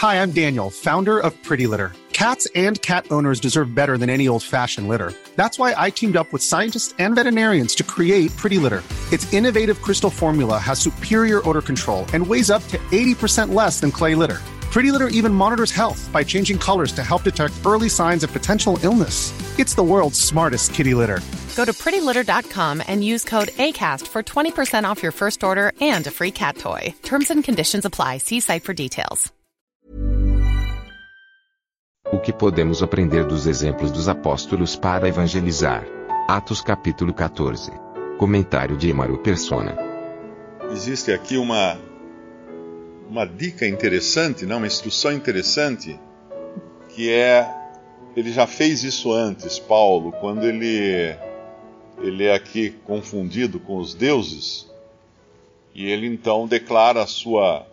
Hi, I'm Daniel, founder of Pretty Litter. Cats and cat owners deserve better than any old-fashioned litter. That's why I teamed up with scientists and veterinarians to create Pretty Litter. Its innovative crystal formula has superior odor control and weighs up to 80% less than clay litter. Pretty Litter even monitors health by changing colors to help detect early signs of potential illness. It's the world's smartest kitty litter. Go to prettylitter.com and use code ACAST for 20% off your first order and a free cat toy. Terms and conditions apply. See site for details. O que podemos aprender dos exemplos dos apóstolos para evangelizar? Atos capítulo 14. Comentário de Emaro Persona. Existe aqui uma dica interessante, uma instrução interessante, que ele já fez isso antes, Paulo, quando ele é aqui confundido com os deuses, e ele então declara a sua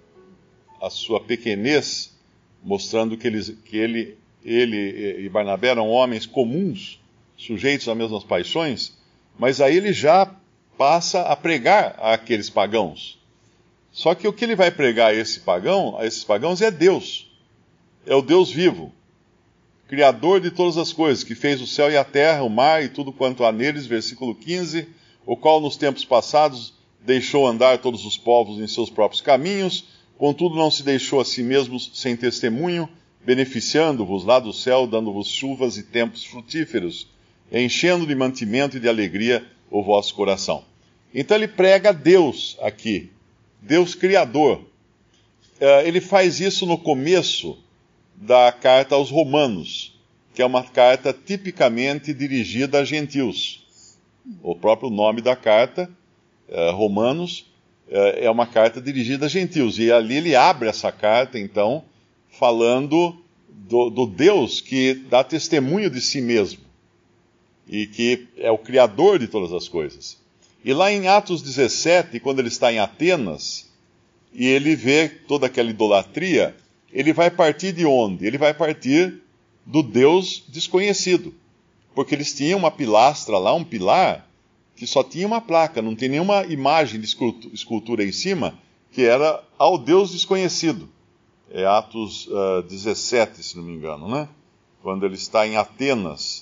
pequenez, mostrando que ele e Barnabé eram homens comuns, sujeitos às mesmas paixões, mas aí ele já passa a pregar àqueles pagãos. Só que o que ele vai pregar a esses pagãos é Deus. É o Deus vivo, Criador de todas as coisas, que fez o céu e a terra, o mar e tudo quanto há neles, versículo 15, o qual nos tempos passados deixou andar todos os povos em seus próprios caminhos, contudo não se deixou a si mesmo sem testemunho, beneficiando-vos lá do céu, dando-vos chuvas e tempos frutíferos, enchendo de mantimento e de alegria o vosso coração. Então ele prega Deus aqui, Deus Criador. Ele faz isso no começo da carta aos Romanos, que é uma carta tipicamente dirigida a gentios. O próprio nome da carta, Romanos, é uma carta dirigida a gentios. E ali ele abre essa carta, então, falando do Deus que dá testemunho de si mesmo e que é o Criador de todas as coisas. E lá em Atos 17, quando ele está em Atenas, e ele vê toda aquela idolatria, ele vai partir de onde? Ele vai partir do Deus desconhecido. Porque eles tinham uma pilastra lá, um pilar, que só tinha uma placa, não tem nenhuma imagem de escultura em cima, que era ao Deus desconhecido. É Atos 17, se não me engano, né? Quando ele está em Atenas.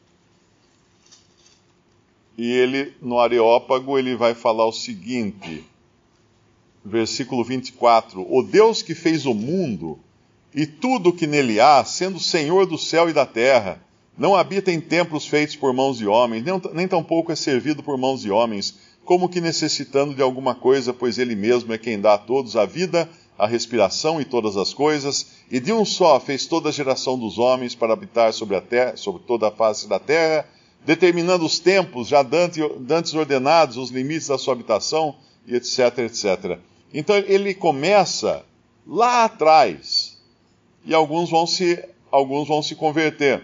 E ele, no Areópago, ele vai falar o seguinte, versículo 24: O Deus que fez o mundo e tudo o que nele há, sendo Senhor do céu e da terra, não habita em templos feitos por mãos de homens, nem tampouco é servido por mãos de homens, como que necessitando de alguma coisa, pois ele mesmo é quem dá a todos a vida, a respiração e todas as coisas, e de um só fez toda a geração dos homens para habitar sobre a terra, sobre toda a face da terra, determinando os tempos já dantes ordenados, os limites da sua habitação, e etc, etc. Então ele começa lá atrás, e alguns vão se converter.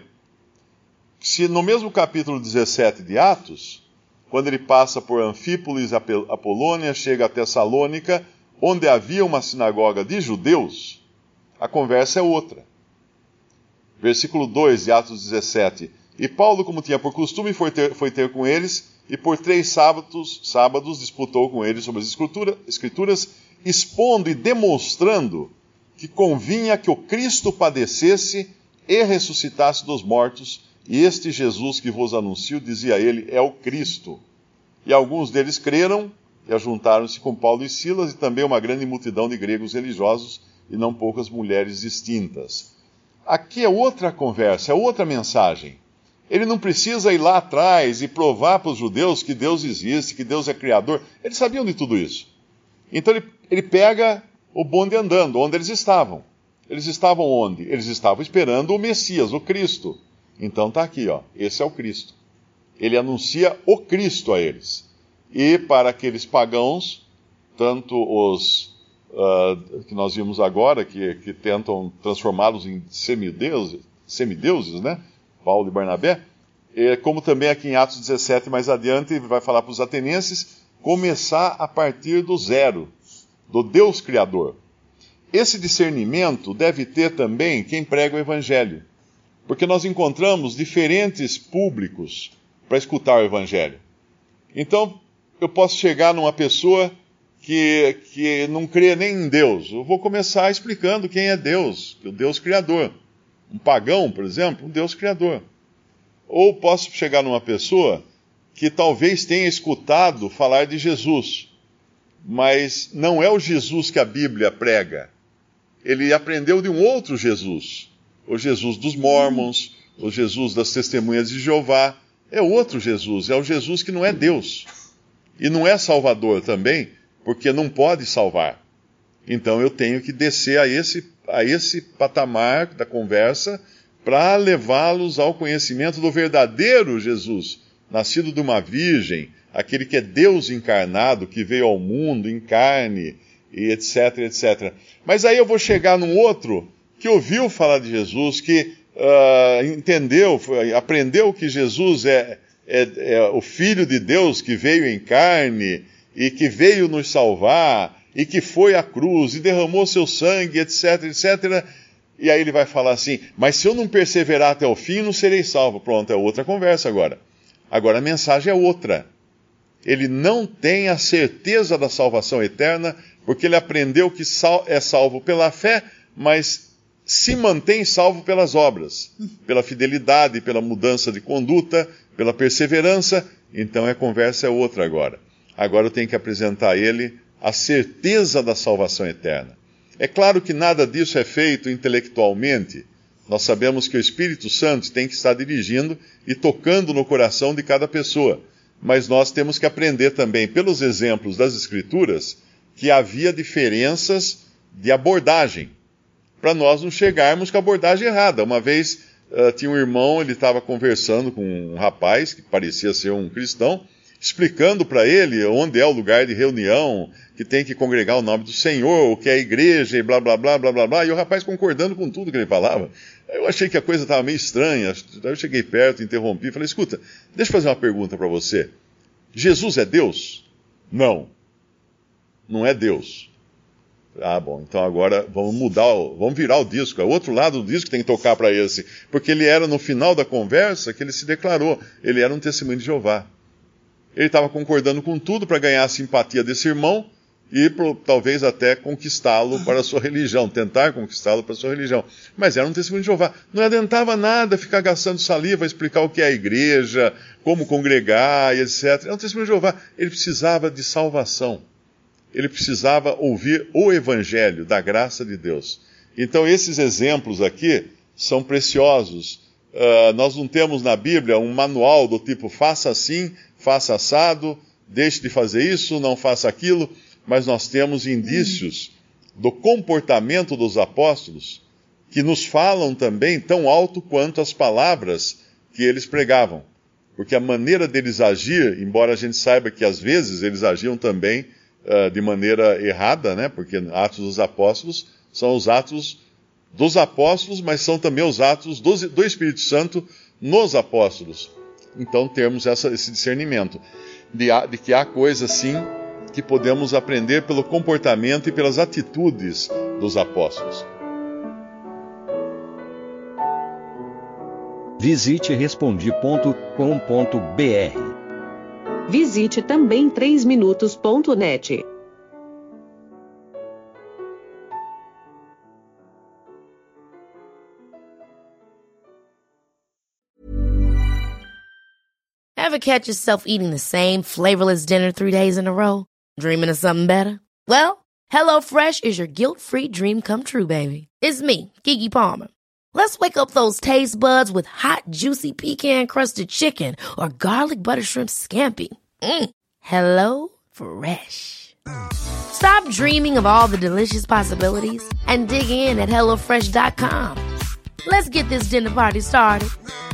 Se no mesmo capítulo 17 de Atos, quando ele passa por Anfípolis, Apolônia, chega a Tessalônica, onde havia uma sinagoga de judeus, a conversa é outra. Versículo 2 de Atos 17. E Paulo, como tinha por costume, foi ter com eles, e por 3 sábados disputou com eles sobre as escrituras, expondo e demonstrando que convinha que o Cristo padecesse e ressuscitasse dos mortos, e este Jesus que vos anuncio, dizia ele, é o Cristo. E alguns deles creram e ajuntaram-se com Paulo e Silas, e também uma grande multidão de gregos religiosos, e não poucas mulheres distintas. Aqui é outra conversa, é outra mensagem. Ele não precisa ir lá atrás e provar para os judeus que Deus existe, que Deus é Criador. Eles sabiam de tudo isso. Então ele pega o bonde andando, onde eles estavam. Eles estavam onde? Eles estavam esperando o Messias, o Cristo. Então está aqui, esse é o Cristo. Ele anuncia o Cristo a eles. E para aqueles pagãos, tanto os que nós vimos agora, que tentam transformá-los em semideuses, né? Paulo e Barnabé, como também aqui em Atos 17, mais adiante, ele vai falar para os atenienses, começar a partir do zero, do Deus Criador. Esse discernimento deve ter também quem prega o Evangelho, porque nós encontramos diferentes públicos para escutar o Evangelho. Então, eu posso chegar numa pessoa que não crê nem em Deus. Eu vou começar explicando quem é Deus, o Deus Criador. Um pagão, por exemplo, um Deus Criador. Ou posso chegar numa pessoa que talvez tenha escutado falar de Jesus, mas não é o Jesus que a Bíblia prega. Ele aprendeu de um outro Jesus. O Jesus dos Mormons, o Jesus das Testemunhas de Jeová. É outro Jesus, é o Jesus que não é Deus. E não é Salvador também, porque não pode salvar. Então eu tenho que descer a esse patamar da conversa para levá-los ao conhecimento do verdadeiro Jesus, nascido de uma virgem, aquele que é Deus encarnado, que veio ao mundo em carne, e etc, etc. Mas aí eu vou chegar num outro que ouviu falar de Jesus, que entendeu, aprendeu que Jesus é o Filho de Deus que veio em carne e que veio nos salvar e que foi à cruz e derramou seu sangue, etc, etc. E aí ele vai falar assim, mas se eu não perseverar até o fim, não serei salvo. Pronto, é outra conversa agora. Agora a mensagem é outra. Ele não tem a certeza da salvação eterna, porque ele aprendeu que é salvo pela fé, mas se mantém salvo pelas obras, pela fidelidade, pela mudança de conduta, pela perseverança. Então a conversa é outra agora. Agora eu tenho que apresentar a ele a certeza da salvação eterna. É claro que nada disso é feito intelectualmente. Nós sabemos que o Espírito Santo tem que estar dirigindo e tocando no coração de cada pessoa. Mas nós temos que aprender também, pelos exemplos das Escrituras, que havia diferenças de abordagem, para nós não chegarmos com a abordagem errada. Uma vez tinha um irmão, ele estava conversando com um rapaz, que parecia ser um cristão, explicando para ele onde é o lugar de reunião, que tem que congregar o nome do Senhor, o que é a igreja, e blá, blá, blá, blá, blá, blá, e o rapaz concordando com tudo que ele falava. Eu achei que a coisa estava meio estranha, daí eu cheguei perto, interrompi, falei, escuta, deixa eu fazer uma pergunta para você. Jesus é Deus? Não. Não é Deus. Ah, bom, então agora vamos virar o disco, é o outro lado do disco que tem que tocar para esse, porque ele era no final da conversa que ele se declarou, ele era um testemunho de Jeová. Ele estava concordando com tudo para ganhar a simpatia desse irmão e talvez até conquistá-lo para a sua religião, tentar conquistá-lo para a sua religião. Mas era um testemunho de Jeová. Não adiantava nada ficar gastando saliva, explicar o que é a igreja, como congregar e etc. Era um testemunho de Jeová. Ele precisava de salvação. Ele precisava ouvir o Evangelho da graça de Deus. Então esses exemplos aqui são preciosos. Nós não temos na Bíblia um manual do tipo faça assim, faça assado, deixe de fazer isso, não faça aquilo, mas nós temos indícios do comportamento dos apóstolos que nos falam também tão alto quanto as palavras que eles pregavam. Porque a maneira deles agir, embora a gente saiba que às vezes eles agiam também de maneira errada, né? Porque Atos dos Apóstolos são os atos dos apóstolos, mas são também os atos do Espírito Santo nos apóstolos. Então temos esse discernimento de que há coisas sim que podemos aprender pelo comportamento e pelas atitudes dos apóstolos. Visite respondi.com.br. Visite também 3minutos.net. Ever catch yourself eating the same flavorless dinner 3 days in a row? Dreaming of something better? Well, HelloFresh is your guilt-free dream come true, baby. It's me, Keke Palmer. Let's wake up those taste buds with hot, juicy pecan-crusted chicken or garlic butter shrimp scampi. Hello Fresh. Stop dreaming of all the delicious possibilities and dig in at HelloFresh.com. Let's get this dinner party started.